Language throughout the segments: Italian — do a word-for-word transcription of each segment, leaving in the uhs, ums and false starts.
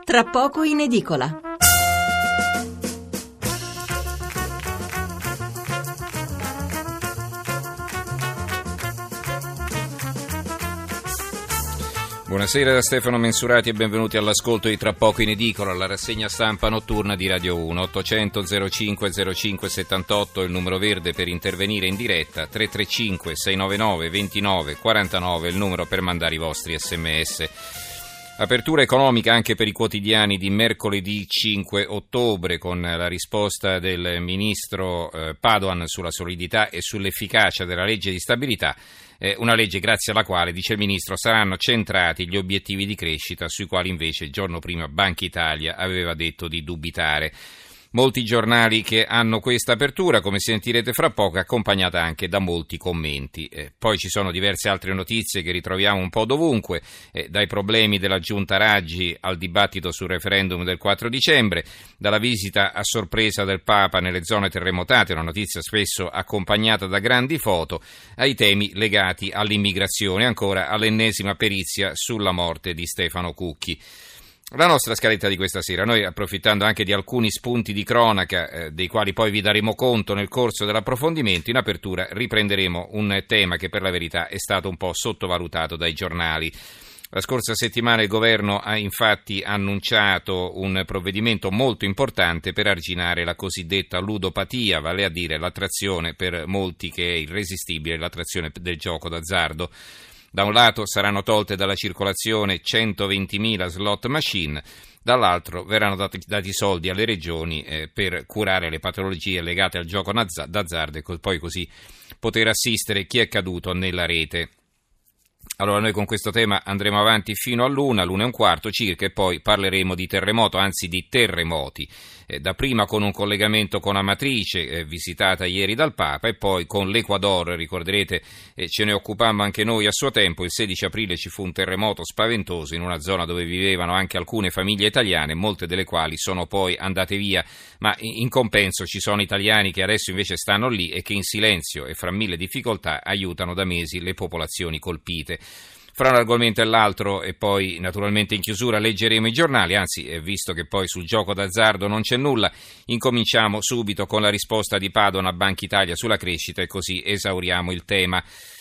tra poco in edicola. Buonasera da Stefano Mensurati e benvenuti all'ascolto di Tra poco in edicola, la rassegna stampa notturna di Radio uno. ottocento zero cinque zero cinque settantotto il numero verde per intervenire in diretta, tre tre cinque sei nove nove due nove quattro nove il numero per mandare i vostri sms. Apertura economica anche per i quotidiani di mercoledì cinque ottobre, con la risposta del ministro eh, Padoan sulla solidità e sull'efficacia della legge di stabilità, eh, una legge grazie alla quale, dice il ministro, saranno centrati gli obiettivi di crescita sui quali invece il giorno prima Banca Italia aveva detto di dubitare. Molti giornali che hanno questa apertura, come sentirete fra poco, accompagnata anche da molti commenti. Eh, poi ci sono diverse altre notizie che ritroviamo un po' dovunque, eh, dai problemi della giunta Raggi al dibattito sul referendum del quattro dicembre, dalla visita a sorpresa del Papa nelle zone terremotate, una notizia spesso accompagnata da grandi foto, ai temi legati all'immigrazione, ancora all'ennesima perizia sulla morte di Stefano Cucchi. La nostra scaletta di questa sera, noi approfittando anche di alcuni spunti di cronaca eh, dei quali poi vi daremo conto nel corso dell'approfondimento, in apertura riprenderemo un tema che per la verità è stato un po' sottovalutato dai giornali. La scorsa settimana il governo ha infatti annunciato un provvedimento molto importante per arginare la cosiddetta ludopatia, vale a dire l'attrazione per molti che è irresistibile, l'attrazione del gioco d'azzardo. Da un lato saranno tolte dalla circolazione centoventimila slot machine, dall'altro verranno dati, dati soldi alle regioni eh, per curare le patologie legate al gioco d'azzardo e poi così poter assistere chi è caduto nella rete. Allora noi con questo tema andremo avanti fino all'una, l'una e un quarto circa, e poi parleremo di terremoto, anzi di terremoti, eh, dapprima con un collegamento con Amatrice, eh, visitata ieri dal Papa, e poi con l'Ecuador. Ricorderete, eh, ce ne occupammo anche noi a suo tempo, il sedici aprile ci fu un terremoto spaventoso in una zona dove vivevano anche alcune famiglie italiane, molte delle quali sono poi andate via, ma in compenso ci sono italiani che adesso invece stanno lì e che in silenzio e fra mille difficoltà aiutano da mesi le popolazioni colpite. Fra un argomento e l'altro, e poi naturalmente in chiusura leggeremo i giornali, anzi, visto che poi sul gioco d'azzardo non c'è nulla, incominciamo subito con la risposta di Padoan a Banca Italia sulla crescita e così esauriamo il tema.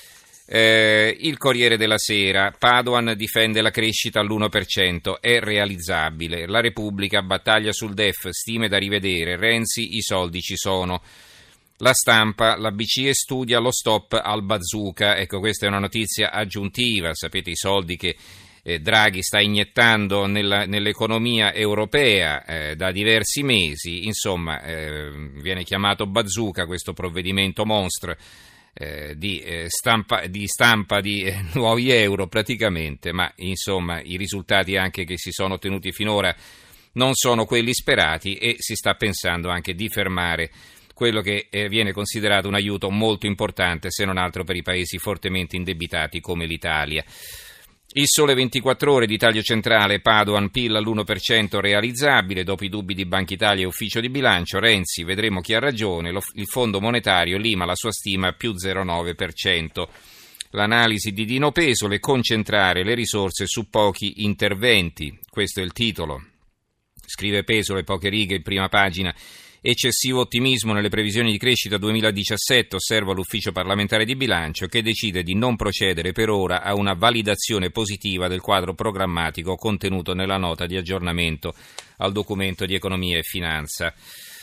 Eh, il Corriere della Sera, Padoan difende la crescita all'uno per cento, è realizzabile. La Repubblica battaglia sul D E F, stime da rivedere, Renzi, i soldi ci sono. La Stampa, la B C E studia lo stop al bazooka, ecco, questa è una notizia aggiuntiva, sapete i soldi che eh, Draghi sta iniettando nella, nell'economia europea eh, da diversi mesi, insomma eh, viene chiamato bazooka questo provvedimento monstre eh, di, eh, stampa, di stampa di eh, nuovi euro praticamente, ma insomma i risultati anche che si sono ottenuti finora non sono quelli sperati e si sta pensando anche di fermare quello che eh, viene considerato un aiuto molto importante, se non altro per i paesi fortemente indebitati come l'Italia. Il Sole ventiquattro Ore di taglio centrale, Padoan, P I L all'uno per cento realizzabile, dopo i dubbi di Banca Italia e Ufficio di Bilancio, Renzi, vedremo chi ha ragione, lo, il Fondo Monetario lima la sua stima più zero virgola nove per cento. L'analisi di Dino Pesole, concentrare le risorse su pochi interventi, questo è il titolo. Scrive Pesole, poche righe in prima pagina. Eccessivo ottimismo nelle previsioni di crescita duemiladiciassette, osserva l'Ufficio parlamentare di bilancio, che decide di non procedere per ora a una validazione positiva del quadro programmatico contenuto nella nota di aggiornamento al documento di economia e finanza.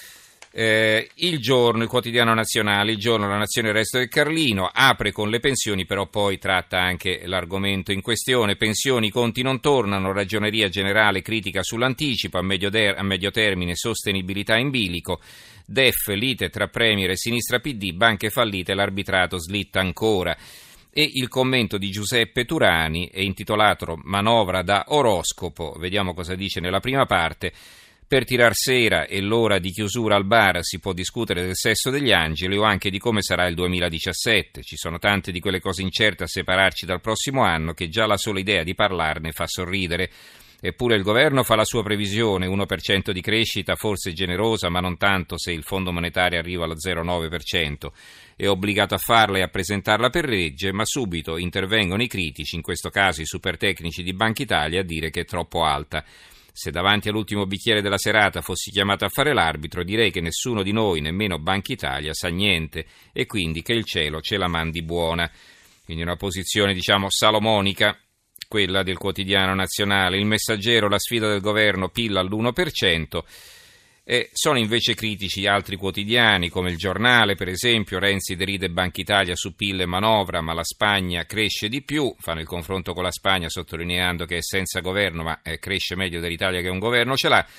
Eh, il Giorno, il quotidiano nazionale, il Giorno, la Nazione e il Resto del Carlino, apre con le pensioni, però poi tratta anche l'argomento in questione. Pensioni, conti non tornano, Ragioneria Generale critica sull'anticipo, a medio, der- a medio termine sostenibilità in bilico, D E F, lite tra Premier e sinistra P D, banche fallite, l'arbitrato slitta ancora. E il commento di Giuseppe Turani è intitolato Manovra da oroscopo, vediamo cosa dice nella prima parte. Per tirar sera e l'ora di chiusura al bar si può discutere del sesso degli angeli o anche di come sarà il duemiladiciassette. Ci sono tante di quelle cose incerte a separarci dal prossimo anno che già la sola idea di parlarne fa sorridere. Eppure il governo fa la sua previsione, uno per cento di crescita, forse generosa, ma non tanto se il Fondo Monetario arriva allo zero virgola nove per cento. È obbligato a farla e a presentarla per legge, ma subito intervengono i critici, in questo caso i supertecnici di Banca Italia, a dire che è troppo alta. Se davanti all'ultimo bicchiere della serata fossi chiamato a fare l'arbitro, direi che nessuno di noi, nemmeno Banca Italia, sa niente e quindi che il cielo ce la mandi buona. Quindi una posizione, diciamo, salomonica, quella del Quotidiano Nazionale. Il Messaggero, la sfida del governo, P I L all'uno per cento. E sono invece critici altri quotidiani, come il Giornale, per esempio. Renzi deride Banca Italia su P I L e manovra, ma la Spagna cresce di più. Fanno il confronto con la Spagna sottolineando che è senza governo, ma eh, cresce meglio dell'Italia che un governo ce l'ha.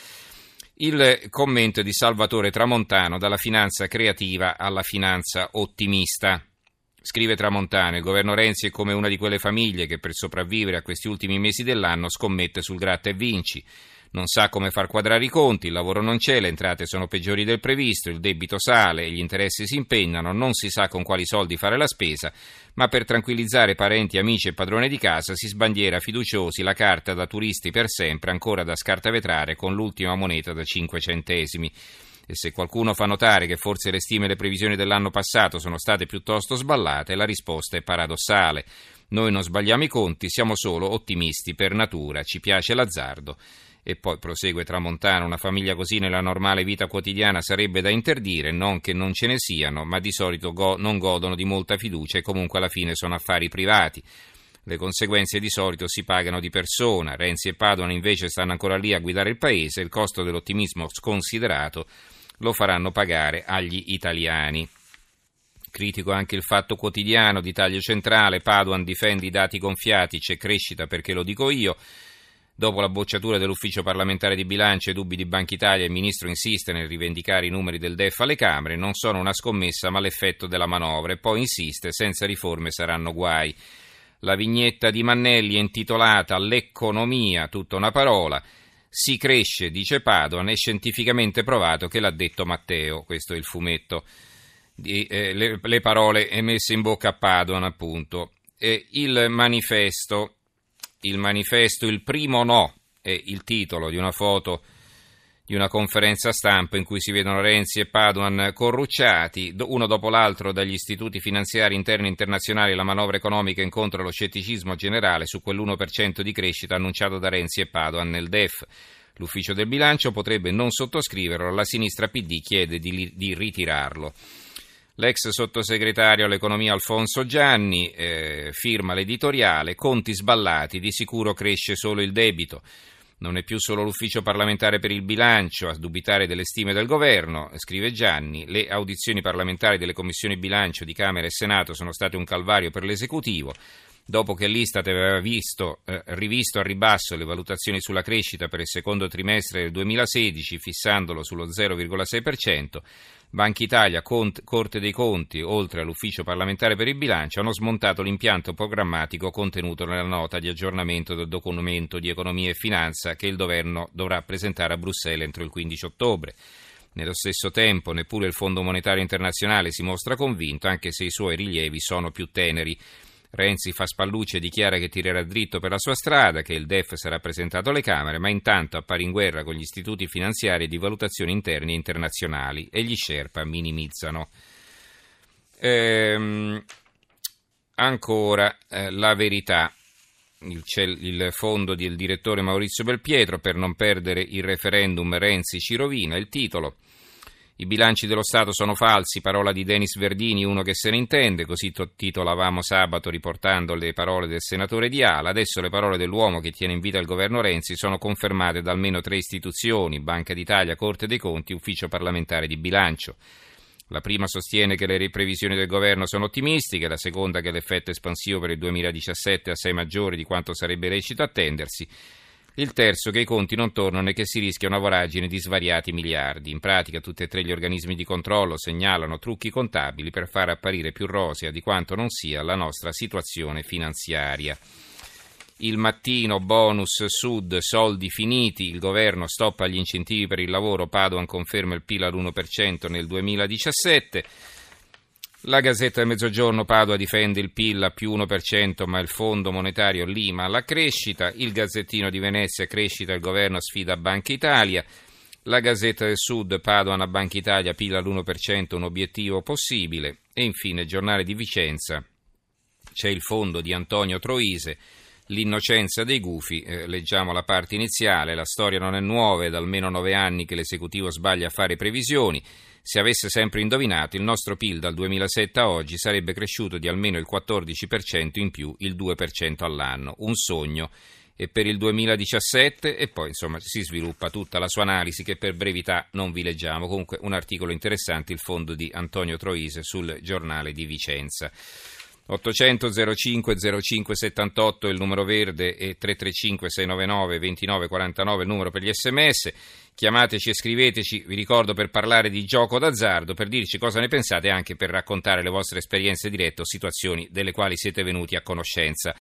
Il commento di Salvatore Tramontano, dalla finanza creativa alla finanza ottimista. Scrive Tramontano: il governo Renzi è come una di quelle famiglie che per sopravvivere a questi ultimi mesi dell'anno scommette sul gratta e vinci. Non sa come far quadrare i conti, il lavoro non c'è, le entrate sono peggiori del previsto, il debito sale, gli interessi si impennano, non si sa con quali soldi fare la spesa, ma per tranquillizzare parenti, amici e padrone di casa si sbandiera fiduciosi la carta da turisti per sempre, ancora da scartavetrare con l'ultima moneta da cinque centesimi. E se qualcuno fa notare che forse le stime e le previsioni dell'anno passato sono state piuttosto sballate, la risposta è paradossale. Noi non sbagliamo i conti, siamo solo ottimisti per natura, ci piace l'azzardo. E poi prosegue Tramontano: una famiglia così nella normale vita quotidiana sarebbe da interdire, non che non ce ne siano, ma di solito go- non godono di molta fiducia e comunque alla fine sono affari privati. Le conseguenze di solito si pagano di persona. Renzi e Padoan invece stanno ancora lì a guidare il paese, il costo dell'ottimismo sconsiderato lo faranno pagare agli italiani. Critico anche il Fatto Quotidiano, di taglio centrale. Padoan difende i dati gonfiati, c'è crescita perché lo dico io. Dopo la bocciatura dell'ufficio parlamentare di bilancio e dubbi di Banca Italia, il ministro insiste nel rivendicare i numeri del D E F alle Camere, non sono una scommessa ma l'effetto della manovra, e poi insiste: senza riforme saranno guai. La vignetta di Mannelli è intitolata L'economia, tutta una parola. Si cresce, dice Padoan, è scientificamente provato che l'ha detto Matteo. Questo è il fumetto, di, eh, le, le parole messe in bocca a Padoan, appunto. E il manifesto, il manifesto, il primo no, è il titolo di una foto di una conferenza stampa in cui si vedono Renzi e Padoan corrucciati, uno dopo l'altro dagli istituti finanziari interni e internazionali. La manovra economica incontra lo scetticismo generale su quell'uno per cento di crescita annunciato da Renzi e Padoan nel D E F. L'ufficio del bilancio potrebbe non sottoscriverlo, la sinistra P D chiede di, di ritirarlo. L'ex sottosegretario all'economia Alfonso Gianni eh, firma l'editoriale: conti sballati, di sicuro cresce solo il debito. Non è più solo l'ufficio parlamentare per il bilancio a dubitare delle stime del governo, scrive Gianni. Le audizioni parlamentari delle commissioni bilancio di Camera e Senato sono state un calvario per l'esecutivo. Dopo che l'Istat aveva visto, eh, rivisto a ribasso le valutazioni sulla crescita per il secondo trimestre del duemilasedici, fissandolo sullo zero virgola sei per cento, Banca Italia, Cont- Corte dei Conti, oltre all'ufficio parlamentare per il bilancio, hanno smontato l'impianto programmatico contenuto nella nota di aggiornamento del documento di economia e finanza che il governo dovrà presentare a Bruxelles entro il quindici ottobre. Nello stesso tempo, neppure il Fondo Monetario Internazionale si mostra convinto, anche se i suoi rilievi sono più teneri. Renzi fa spallucce e dichiara che tirerà dritto per la sua strada, che il D E F sarà presentato alle Camere, ma intanto appare in guerra con gli istituti finanziari di valutazione interni e internazionali, e gli Sherpa minimizzano. Ehm, ancora eh, La Verità, il, il fondo del direttore Maurizio Belpietro: per non perdere il referendum Renzi ci rovina, il titolo. I bilanci dello Stato sono falsi, parola di Denis Verdini, uno che se ne intende, così titolavamo sabato riportando le parole del senatore Di Ala. Adesso le parole dell'uomo che tiene in vita il governo Renzi sono confermate da almeno tre istituzioni: Banca d'Italia, Corte dei Conti, Ufficio parlamentare di bilancio. La prima sostiene che le previsioni del governo sono ottimistiche, la seconda che l'effetto espansivo per il duemiladiciassette è assai maggiore di quanto sarebbe lecito attendersi. Il terzo che i conti non tornano e che si rischia una voragine di svariati miliardi. In pratica tutti e tre gli organismi di controllo segnalano trucchi contabili per far apparire più rosea di quanto non sia la nostra situazione finanziaria. Il Mattino, bonus Sud, soldi finiti, il governo stoppa gli incentivi per il lavoro, Padoan conferma il P I L all'uno per cento nel duemiladiciassette. La Gazzetta del Mezzogiorno, Padova difende il P I L a più uno per cento ma il Fondo Monetario lima la crescita. Il Gazzettino di Venezia, crescita, il governo sfida Banca Italia. La Gazzetta del Sud, Padoan a Banca Italia, P I L all'uno per cento, un obiettivo possibile. E infine il Giornale di Vicenza, c'è il fondo di Antonio Troise, l'innocenza dei gufi. Eh, leggiamo la parte iniziale. La storia non è nuova, è da almeno nove anni che l'esecutivo sbaglia a fare previsioni. Se avesse sempre indovinato, il nostro P I L dal duemilasette a oggi sarebbe cresciuto di almeno il quattordici per cento, in più il due per cento all'anno. Un sogno. E per il duemiladiciassette, e poi insomma si sviluppa tutta la sua analisi che per brevità non vi leggiamo. Comunque un articolo interessante, il fondo di Antonio Troise sul Giornale di Vicenza. ottocento zero cinque zero cinque settantotto il numero verde e tre tre cinque sei nove nove due nove quattro nove il numero per gli sms. Chiamateci e scriveteci, vi ricordo, per parlare di gioco d'azzardo, per dirci cosa ne pensate e anche per raccontare le vostre esperienze dirette o situazioni delle quali siete venuti a conoscenza.